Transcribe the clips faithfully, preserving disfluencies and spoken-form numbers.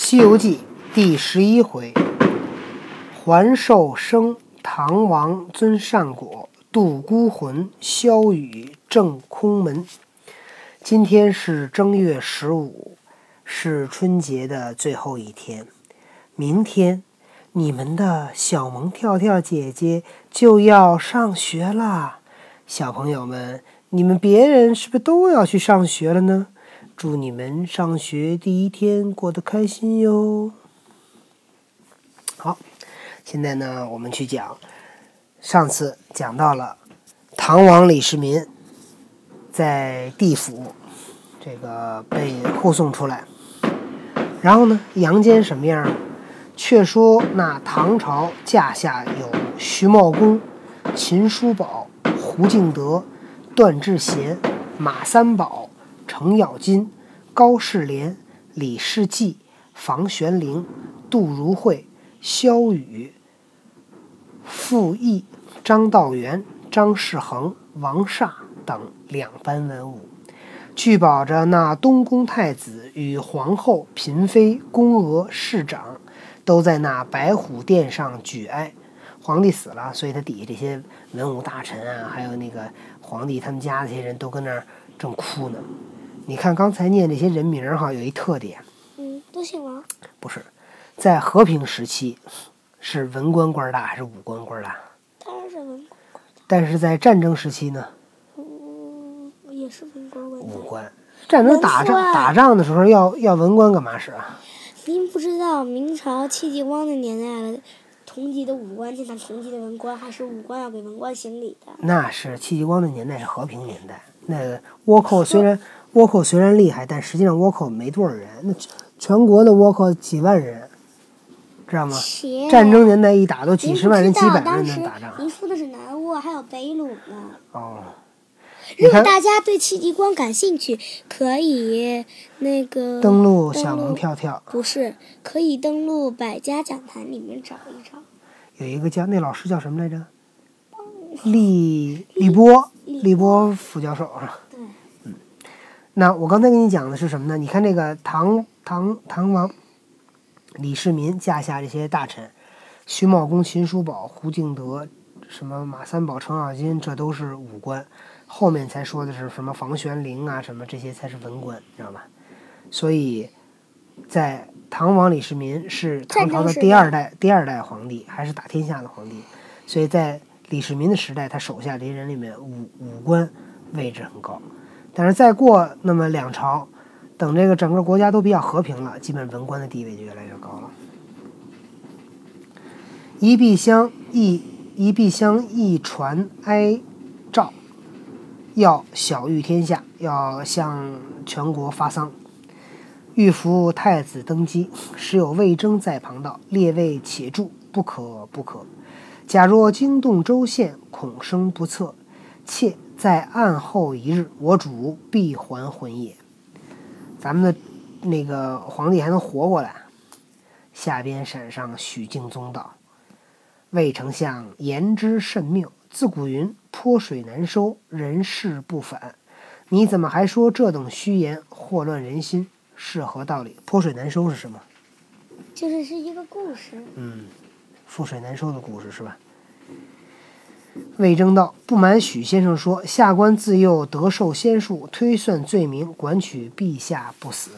西游记》第十一回，还寿生，唐王尊善果，渡孤魂，萧雨正空门。今天是正月十五，是春节的最后一天。明天，你们的小萌跳跳姐姐就要上学啦。小朋友们，你们别人是不是都要去上学了呢？祝你们上学第一天过得开心哟。好，现在呢，我们去讲，上次讲到了唐王李世民在地府这个被护送出来，然后呢，阳间什么样？却说那唐朝驾下有徐茂公、秦叔宝、胡敬德、段志贤、马三宝、程咬金、高士廉、李世济、房玄龄、杜如晦、萧雨、傅毅、张道元、张士恒、王煞等两班文武，聚保着那东宫太子与皇后、嫔妃、宫娥、侍长都在那白虎殿上举哀。皇帝死了，所以他底下这些文武大臣啊，还有那个皇帝他们家这些人都跟那儿正哭呢。你看刚才念这些人名哈，有一特点， 嗯，都姓王？ 不是，在和平时期是文官官大还是武官官大？ 当然是文官官大。 但是在战争时期呢？ 嗯，也是文官官大。 武官。战争打仗打仗的时候要要文官干嘛使啊？ 您不知道明朝戚继光的年代了，同级的武官见到同级的文官，还是武官要给文官行礼的。那是戚继光的年代，是和平年代。那个倭寇虽然倭寇虽然厉害，但实际上倭寇没多少人，那全国的倭寇几万人，知道吗？战争年代一打都几十万人、几百万人能打仗。 您说的是南倭，还有北虏呢。 哦。 如果大家对戚继光感兴趣，可以那个登录小萌跳跳， 不是，可以登录百家讲坛里面找一找。 有一个叫那老师叫什么来着？李李波，李波副教授啊。 对。 嗯，那我刚才跟你讲的是什么呢？你看这个唐唐唐王李世民驾下这些大臣，徐茂公、秦叔宝、胡敬德、什么马三宝、程咬金，这都是武官。后面才说的是什么房玄龄啊，什么这些才是文官，知道吧？所以，在唐王李世民是唐朝的第二代第二代皇帝，还是打天下的皇帝，所以在李世民的时代，他手下这些人里面武武官位置很高。但是再过那么两朝，等这个整个国家都比较和平了，基本文官的地位就越来越高了。一壁厢一一壁厢一传哀诏。要晓谕天下，要向全国发丧。欲服太子登基，时有魏征在旁道：“列位且住，不可不可。假若惊动州县，恐生不测。妾在案后一日，我主必还魂也。”咱们的那个皇帝还能活过来。下边闪上许敬宗道：“魏丞相言之甚妙。自古云泼水难收，人事不反。你怎么还说这等虚言，祸乱人心，是何道理？泼水难收是什么？ 就是是一个故事。 嗯，覆水难收的故事是吧？魏征道：“不瞒许先生说，下官自幼得受仙术，推算罪名，管取陛下不死。”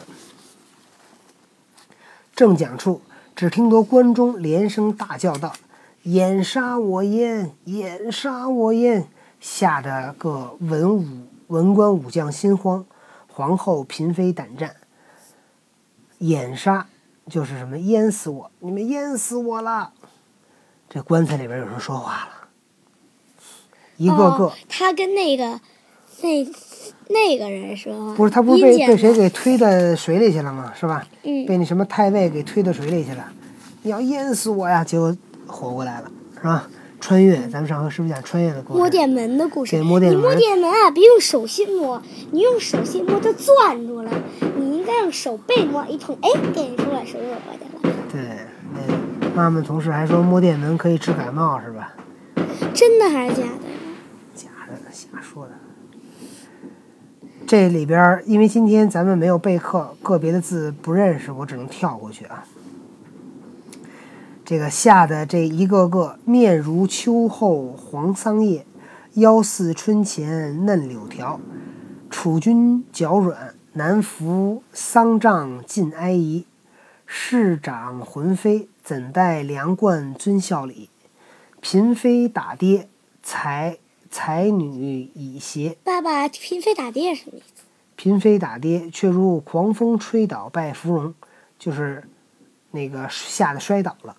正讲处，只听得关中连声大叫道：“掩杀我焉！掩杀我焉！”吓得各文武文官武将心慌，皇后嫔妃胆战。掩杀就是什么？淹死我！你们淹死我了！这棺材里边有人说话了，一个个。 哦、他跟那个那那个人说话。 不是他不是被被谁给推到水里去了吗？是吧？ 嗯。 被那什么太尉给推到水里去了。你要淹死我呀！结果活过来了，是吧？穿越，咱们上回是不是讲穿越的故事？ 摸电门的故事。 对，摸电门。 你摸电门啊，别用手心摸，你用手心摸它攥住了，你应该用手背摸，一碰，哎，给你出来，手就活下来了。 对，那妈妈同事还说摸电门可以治感冒，是吧？ 真的还是假的？ 假的，瞎说的。 这里边因为今天咱们没有备课，个别的字不认识，我只能跳过去啊。这个下的这一个个面如秋后黄桑叶，腰似春前嫩柳条，楚君脚软，难服丧杖尽哀夷。市长魂飞，怎待梁冠尊孝礼？嫔妃打爹，才才女已携。 爸爸，嫔妃打爹是什么意思？ 嫔妃打爹，却如狂风吹倒拜芙蓉，就是那个吓得摔倒了。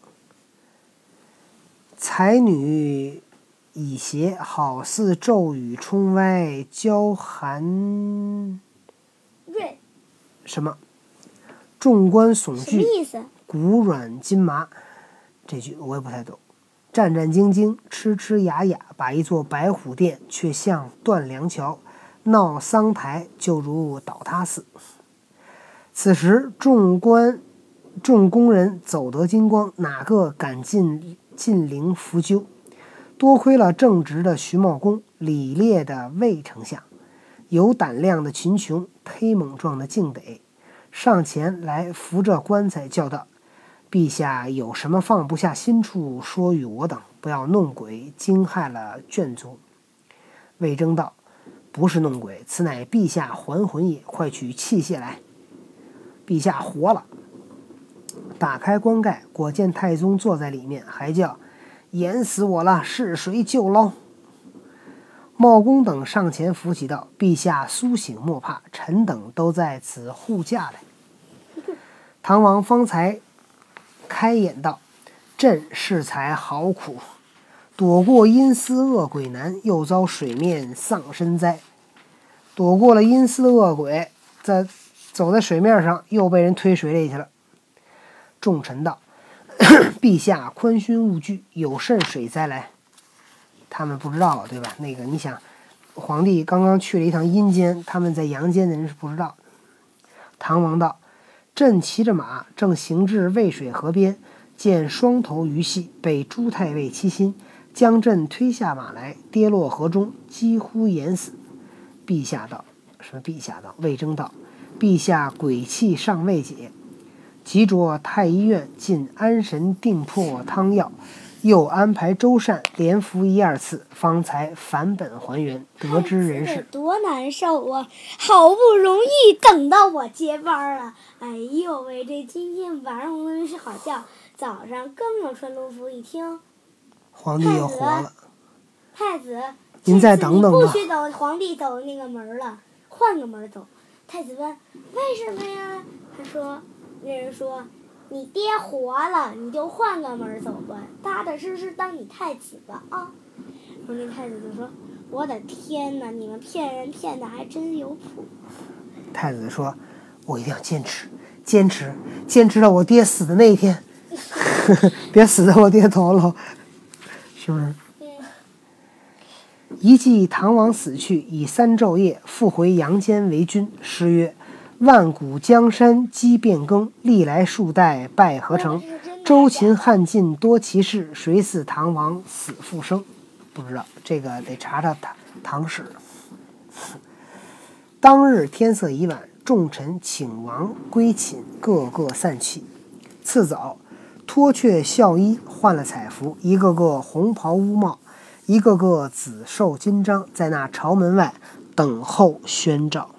才女已携，好似骤雨冲歪，娇寒瑞什么？众官悚什么惧， 意思？ 骨软筋麻。这句我也不太懂。战战兢兢，痴痴哑哑，把一座白虎殿却像断梁桥，闹桑台就如倒塌似。此时众官众工人走得精光，哪个敢进进陵扶柩？多亏了正直的徐茂公，礼烈的魏丞相，有胆量的秦琼，忒猛壮的敬得，上前来扶着棺材叫道：“陛下有什么放不下心处，说与我等，不要弄鬼，惊害了眷族。”魏征道：“不是弄鬼，此乃陛下还魂也，快取器械来。”陛下活了，打开棺盖，果见太宗坐在里面，还叫：“淹死我了，是谁救捞？”茂公等上前扶起道：“陛下苏醒莫怕，臣等都在此护驾来。”唐王方才开眼道：“朕适才好苦，躲过阴司恶鬼难，又遭水面丧身灾。”躲过了阴司恶鬼，在走在水面上，又被人推水里去了。众臣道：“陛下宽勋勿惧，有甚水灾来？”他们不知道，对吧？那个你想，皇帝刚刚去了一趟阴间，他们在阳间的人是不知道。唐王道：“朕骑着马，正行至渭水河边，见双头鱼戏被朱太尉欺心，将朕推下马来，跌落河中，几乎淹死。”陛下道：“什么？陛下道？”魏征道：“陛下鬼气尚未解，即着太医院进安神定魄汤药，又安排周善连服一二次，方才返本还原，得知人事。” 多难受啊！好不容易等到我接班了，哎呦喂，这今天晚上我睡好觉，早上刚要穿罗服，一听皇帝又活了。 太子， 您再等等吧。 不许走皇帝走那个门了，换个门走。太子问：“为什么呀？”他说：“那人说，你爹活了，你就换个门走吧，踏踏实实当你太子吧啊。”然后那太子就说：“我的天哪，你们骗人骗的还真有谱。” 太子说：“我一定要坚持，坚持，坚持到我爹死的那一天，别死在我爹头了，是不是？”一计唐王死去，以三昼夜复回阳间为君。诗曰：“万古江山积变更，历来数代拜何成？周秦汉晋多奇事，谁似唐王死复生？”不知道这个得查查唐唐史。当日天色已晚，众臣请王归寝，个个散去。次早，脱却孝衣，换了彩服，一个个红袍乌帽，一个个紫绶金章，在那朝门外等候宣召。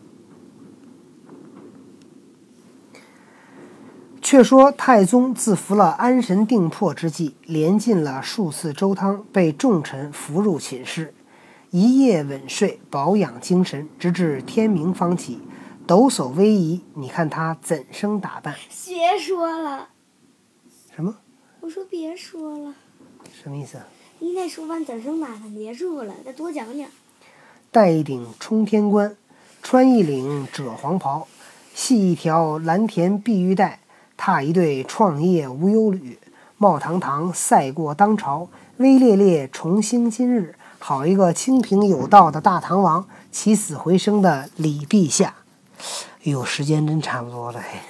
却说太宗自服了安神定魄之计，连进了数次粥汤，被众臣扶入寝室，一夜稳睡，保养精神，直至天明方起，抖擞威仪。你看他怎生打扮？ 别说了。 什么？ 我说别说了。 什么意思啊？ 你再说完怎生打扮结束了，再多讲讲。 戴一顶冲天冠，穿一领赭黄袍，系一条蓝田碧玉带，踏一对创业无忧履，冒堂堂赛过当朝，威烈烈重兴今日。好一个清平有道的大唐王，起死回生的李陛下。哎呦，时间真差不多了嘿。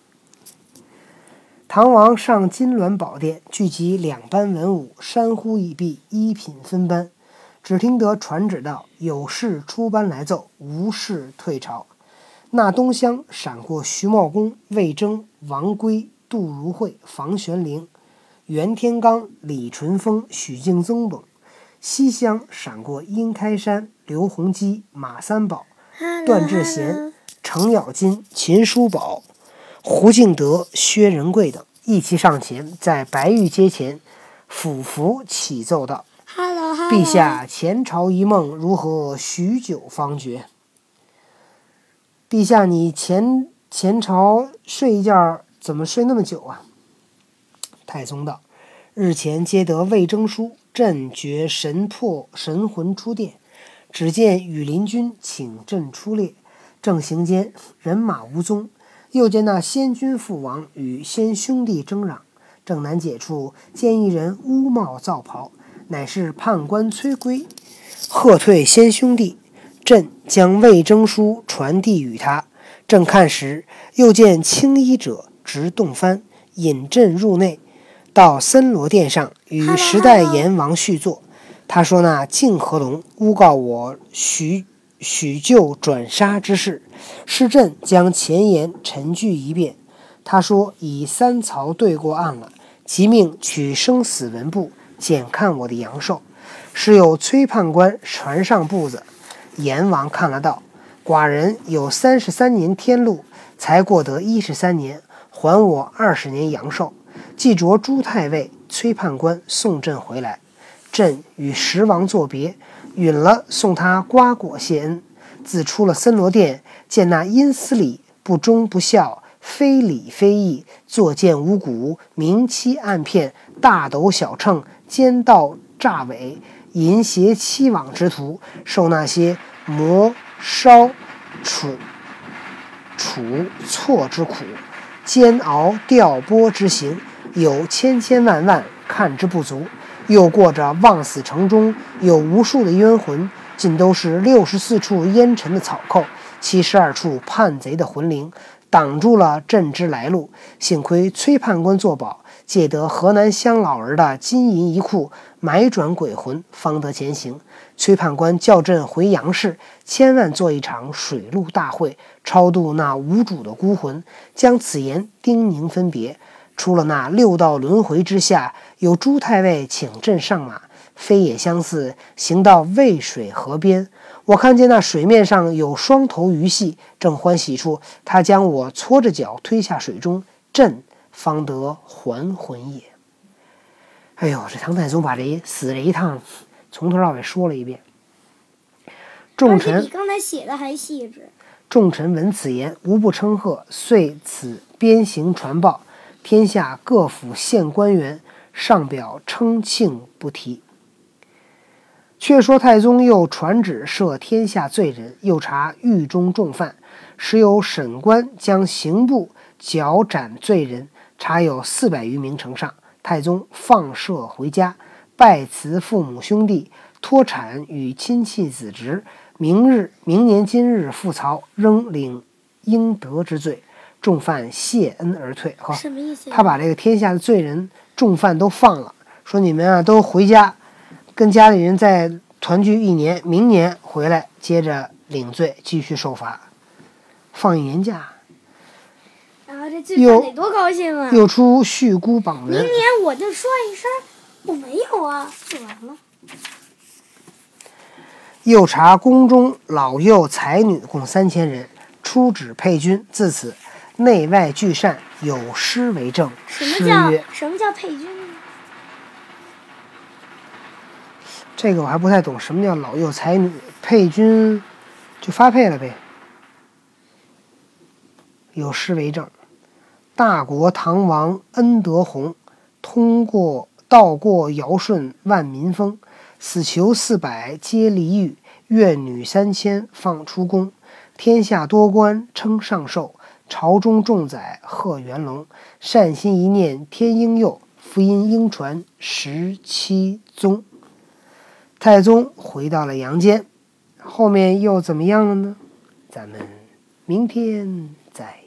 唐王上金銮宝殿，聚集两班文武，山呼已毕，一品分班。 只听得传旨道：“有事出班来奏，无事退朝。”那东厢闪过徐茂公、魏征、王圭、杜如晦、房玄龄、袁天罡、李淳风、许敬宗等；西厢闪过殷开山、刘洪基、马三宝、段志贤、程咬金、秦叔宝、胡敬德、薛仁贵等，一齐上前，在白玉阶前俯伏启奏道：“陛下前朝一梦，如何许久方决？”陛下，你前前朝睡一觉，怎么睡那么久啊？太宗道：“日前接得魏征书，朕觉神魄神魂出殿，只见羽林军请朕出列，正行间，人马无踪。又见那先君父王与先兄弟争嚷，正难解处，见一人乌帽皂袍，乃是判官崔圭，喝退先兄弟。朕将魏征书传递与他，正看时，又见青衣者执洞幡，引朕入内，到森罗殿上与时代阎王叙坐。他说那泾河龙诬告我许许就转杀之事，是朕将前言陈句一遍。他说已三曹对过案了，即命取生死文簿，检看我的阳寿。时有崔判官传上簿子，阎王看了道：“寡人有三十三年天禄，才过得一十三年，还我二十年阳寿。即着朱太尉、崔判官送朕回来，朕与十王作别，允了送他瓜果谢恩。自出了森罗殿，见那阴司礼不忠不孝，非礼非义，作践无骨，明欺暗骗，大斗小秤，奸盗诈伪，淫邪欺罔之徒，受那些磨烧处处错之苦，煎熬调拨之刑，有千千万万看之不足。又过着望死城中有无数的冤魂，尽都是六十四处烟尘的草寇，七十二处叛贼的魂灵，挡住了朕之来路。幸亏崔判官作保，借得河南乡老儿的金银一库，买转鬼魂，方得前行。崔判官叫朕回杨氏，千万做一场水陆大会，超度那无主的孤魂，将此言叮咛分别。出了那六道轮回之下，有朱太尉请朕上马，飞也相似，行到渭水河边。我看见那水面上有双头鱼戏，正欢喜处，他将我搓着脚推下水中，朕方得还魂也。哎呦，这唐太宗把这死这一趟从头到尾说了一遍。众臣比刚才写的还细致。 众臣闻此言，无不称贺，遂此鞭刑传报，天下各府县官员上表称庆不提。却说太宗又传旨赦天下罪人，又查狱中重犯，时有审官将刑部绞斩罪人，查有四百余名呈上。太宗放赦回家，拜辞父母兄弟，托产与亲戚子侄，明日明年今日复曹，仍领应得之罪。重犯谢恩而退。 什么意思？ 他把这个天下的罪人重犯都放了，说你们啊都回家，跟家里人再团聚一年，明年回来接着领罪，继续受罚，放一年假。 然后这罪犯得多高兴啊！ 又出续孤榜文， 明年我就说一声我没有啊，就完了。 又查宫中老幼才女共三千人，出旨配军。自此内外俱善，有诗为证。 什么叫诗曰什么叫配军呢？ 这个我还不太懂，什么叫老幼才女？配军就发配了呗。有诗为证：大国唐王恩德宏，通过道过尧舜万民丰。死囚四百皆离狱，怨女三千放出宫。天下多官称上寿，朝中重宰贺元龙。善心一念天应佑，福音应传十七宗。太宗回到了阳间，后面又怎么样了呢？咱们明天再